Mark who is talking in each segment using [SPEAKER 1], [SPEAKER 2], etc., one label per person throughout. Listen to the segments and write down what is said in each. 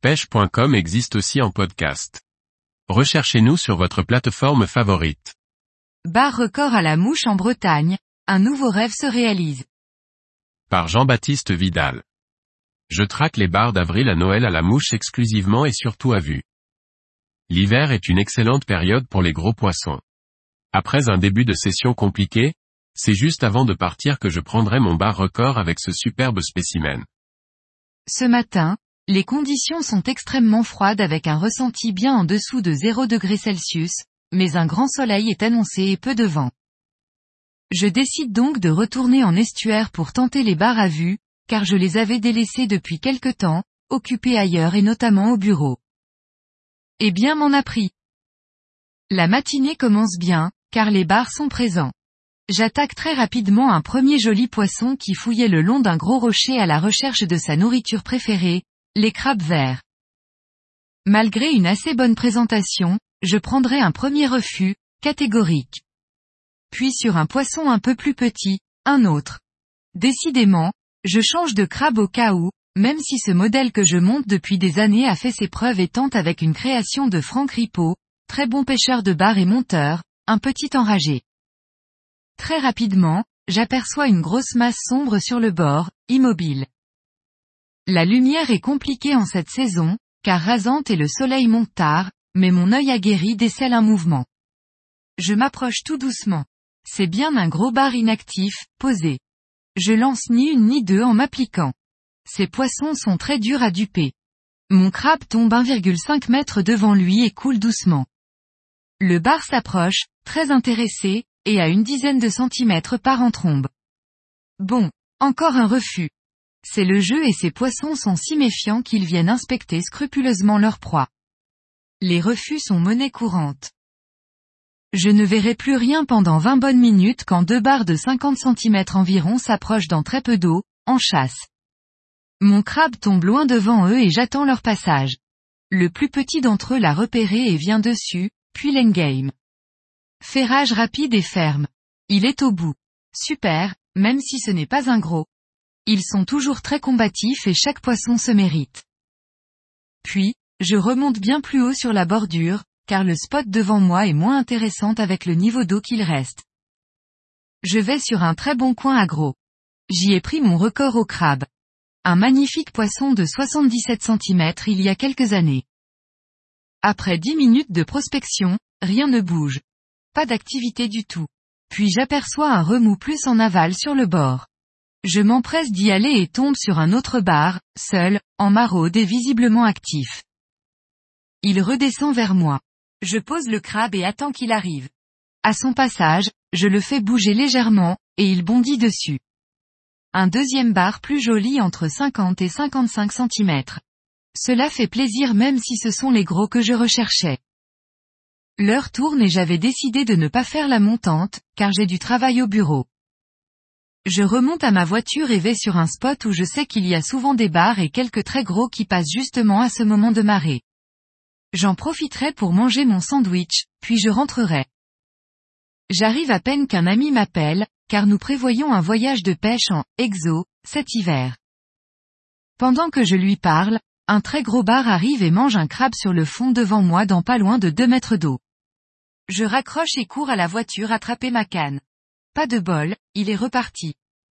[SPEAKER 1] pêche.com existe aussi en podcast. Recherchez-nous sur votre plateforme favorite.
[SPEAKER 2] Bar record à la mouche en Bretagne, un nouveau rêve se réalise.
[SPEAKER 1] Par Jean-Baptiste Vidal. Je traque les bars d'avril à Noël à la mouche exclusivement et surtout à vue. L'hiver est une excellente période pour les gros poissons. Après un début de session compliqué, c'est juste avant de partir que je prendrai mon bar record avec ce superbe spécimen.
[SPEAKER 2] Ce matin, les conditions sont extrêmement froides avec un ressenti bien en dessous de 0°C, mais un grand soleil est annoncé et peu de vent. Je décide donc de retourner en estuaire pour tenter les bars à vue, car je les avais délaissés depuis quelque temps, occupés ailleurs et notamment au bureau. Eh bien m'en a pris. La matinée commence bien, car les bars sont présents. J'attaque très rapidement un premier joli poisson qui fouillait le long d'un gros rocher à la recherche de sa nourriture préférée, les crabes verts. Malgré une assez bonne présentation, je prendrai un premier refus, catégorique. Puis sur un poisson un peu plus petit, un autre. Décidément, je change de crabe au cas où, même si ce modèle que je monte depuis des années a fait ses preuves et tente avec une création de Franck Ripaud, très bon pêcheur de bar et monteur, un petit enragé. Très rapidement, j'aperçois une grosse masse sombre sur le bord, immobile. La lumière est compliquée en cette saison, car rasante et le soleil monte tard, mais mon œil aguerri décèle un mouvement. Je m'approche tout doucement. C'est bien un gros bar inactif, posé. Je lance ni une ni deux en m'appliquant. Ces poissons sont très durs à duper. Mon crabe tombe 1,5 mètre devant lui et coule doucement. Le bar s'approche, très intéressé, et à une dizaine de centimètres part en trombe. Bon, encore un refus. C'est le jeu et ces poissons sont si méfiants qu'ils viennent inspecter scrupuleusement leur proie. Les refus sont monnaie courante. Je ne verrai plus rien pendant 20 bonnes minutes quand deux bars de 50 centimètres environ s'approchent dans très peu d'eau, en chasse. Mon crabe tombe loin devant eux et j'attends leur passage. Le plus petit d'entre eux l'a repéré et vient dessus, puis l'endgame. Ferrage rapide et ferme. Il est au bout. Super, même si ce n'est pas un gros. Ils sont toujours très combatifs et chaque poisson se mérite. Puis, je remonte bien plus haut sur la bordure, car le spot devant moi est moins intéressant avec le niveau d'eau qu'il reste. Je vais sur un très bon coin à gros. J'y ai pris mon record au crabe. Un magnifique poisson de 77 cm il y a quelques années. Après 10 minutes de prospection, rien ne bouge. Pas d'activité du tout. Puis j'aperçois un remous plus en aval sur le bord. Je m'empresse d'y aller et tombe sur un autre bar, seul, en maraude et visiblement actif. Il redescend vers moi. Je pose le crabe et attends qu'il arrive. À son passage, je le fais bouger légèrement, et il bondit dessus. Un deuxième bar plus joli entre 50 et 55 cm. Cela fait plaisir même si ce sont les gros que je recherchais. L'heure tourne et j'avais décidé de ne pas faire la montante, car j'ai du travail au bureau. Je remonte à ma voiture et vais sur un spot où je sais qu'il y a souvent des bars et quelques très gros qui passent justement à ce moment de marée. J'en profiterai pour manger mon sandwich, puis je rentrerai. J'arrive à peine qu'un ami m'appelle, car nous prévoyons un voyage de pêche en « exo » cet hiver. Pendant que je lui parle, un très gros bar arrive et mange un crabe sur le fond devant moi dans pas loin de 2 mètres d'eau. Je raccroche et cours à la voiture attraper ma canne. Pas de bol, il est reparti.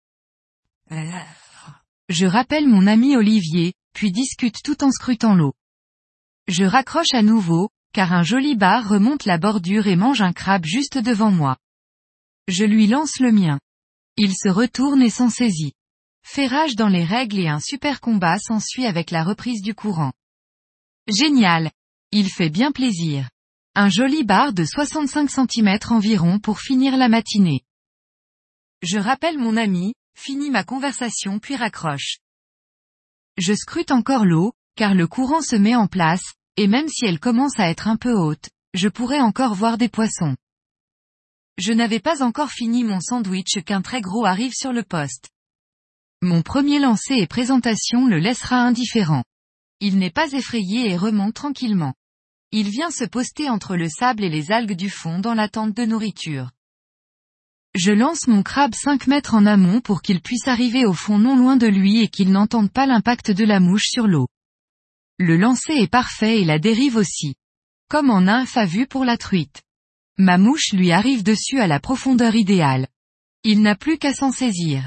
[SPEAKER 2] Je rappelle mon ami Olivier, puis discute tout en scrutant l'eau. Je raccroche à nouveau, car un joli bar remonte la bordure et mange un crabe juste devant moi. Je lui lance le mien. Il se retourne et s'en saisit. Ferrage dans les règles et un super combat s'ensuit avec la reprise du courant. Génial! Il fait bien plaisir. Un joli bar de 65 cm environ pour finir la matinée. Je rappelle mon ami, finis ma conversation puis raccroche. Je scrute encore l'eau, car le courant se met en place, et même si elle commence à être un peu haute, je pourrais encore voir des poissons. Je n'avais pas encore fini mon sandwich qu'un très gros arrive sur le poste. Mon premier lancer et présentation le laissera indifférent. Il n'est pas effrayé et remonte tranquillement. Il vient se poster entre le sable et les algues du fond dans l'attente de nourriture. Je lance mon crabe 5 mètres en amont pour qu'il puisse arriver au fond non loin de lui et qu'il n'entende pas l'impact de la mouche sur l'eau. Le lancer est parfait et la dérive aussi. Comme en nymphe à vue pour la truite. Ma mouche lui arrive dessus à la profondeur idéale. Il n'a plus qu'à s'en saisir.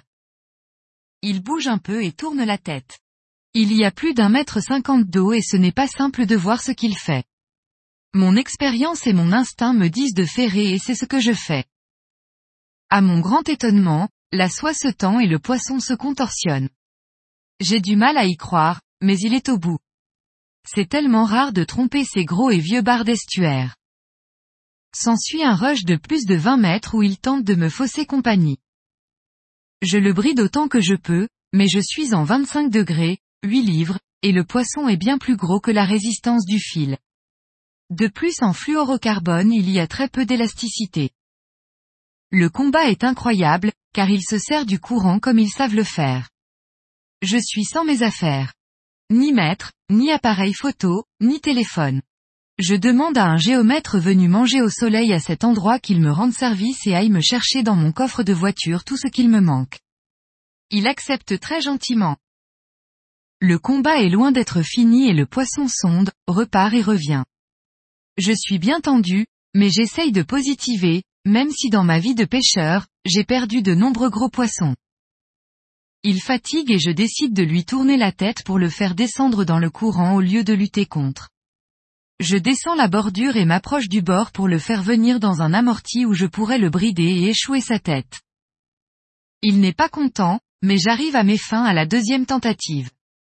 [SPEAKER 2] Il bouge un peu et tourne la tête. Il y a plus d'1,50 m d'eau et ce n'est pas simple de voir ce qu'il fait. Mon expérience et mon instinct me disent de ferrer et c'est ce que je fais. À mon grand étonnement, la soie se tend et le poisson se contorsionne. J'ai du mal à y croire, mais il est au bout. C'est tellement rare de tromper ces gros et vieux barres d'estuaire. S'ensuit un rush de plus de 20 mètres où il tente de me fausser compagnie. Je le bride autant que je peux, mais je suis en 25 degrés, 8 livres, et le poisson est bien plus gros que la résistance du fil. De plus en fluorocarbone il y a très peu d'élasticité. Le combat est incroyable, car il se sert du courant comme ils savent le faire. Je suis sans mes affaires. Ni mètre, ni appareil photo, ni téléphone. Je demande à un géomètre venu manger au soleil à cet endroit qu'il me rende service et aille me chercher dans mon coffre de voiture tout ce qu'il me manque. Il accepte très gentiment. Le combat est loin d'être fini et le poisson sonde, repart et revient. Je suis bien tendu, mais j'essaye de positiver, même si dans ma vie de pêcheur, j'ai perdu de nombreux gros poissons. Il fatigue et je décide de lui tourner la tête pour le faire descendre dans le courant au lieu de lutter contre. Je descends la bordure et m'approche du bord pour le faire venir dans un amorti où je pourrais le brider et échouer sa tête. Il n'est pas content, mais j'arrive à mes fins à la deuxième tentative.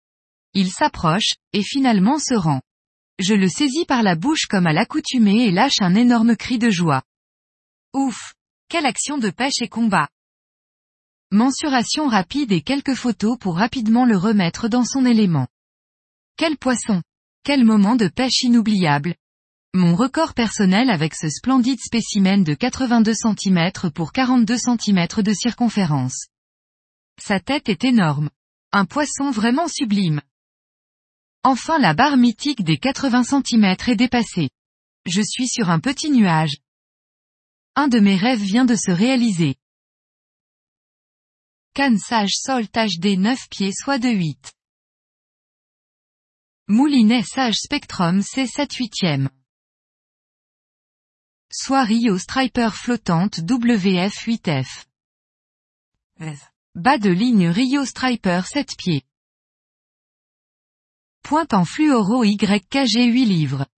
[SPEAKER 2] Il s'approche, et finalement se rend. Je le saisis par la bouche comme à l'accoutumée et lâche un énorme cri de joie. Ouf! Quelle action de pêche et combat! Mensuration rapide et quelques photos pour rapidement le remettre dans son élément. Quel poisson! Quel moment de pêche inoubliable! Mon record personnel avec ce splendide spécimen de 82 cm pour 42 cm de circonférence. Sa tête est énorme. Un poisson vraiment sublime. Enfin la barre mythique des 80 cm est dépassée. Je suis sur un petit nuage. Un de mes rêves vient de se réaliser. Canne Sage Salt HD 9 pieds soit de 8. Moulinet Sage Spectrum C7 8e. Soie Rio Striper flottante WF 8F. Bas de ligne Rio Striper 7 pieds. Pointe en fluoro YKG 8 livres.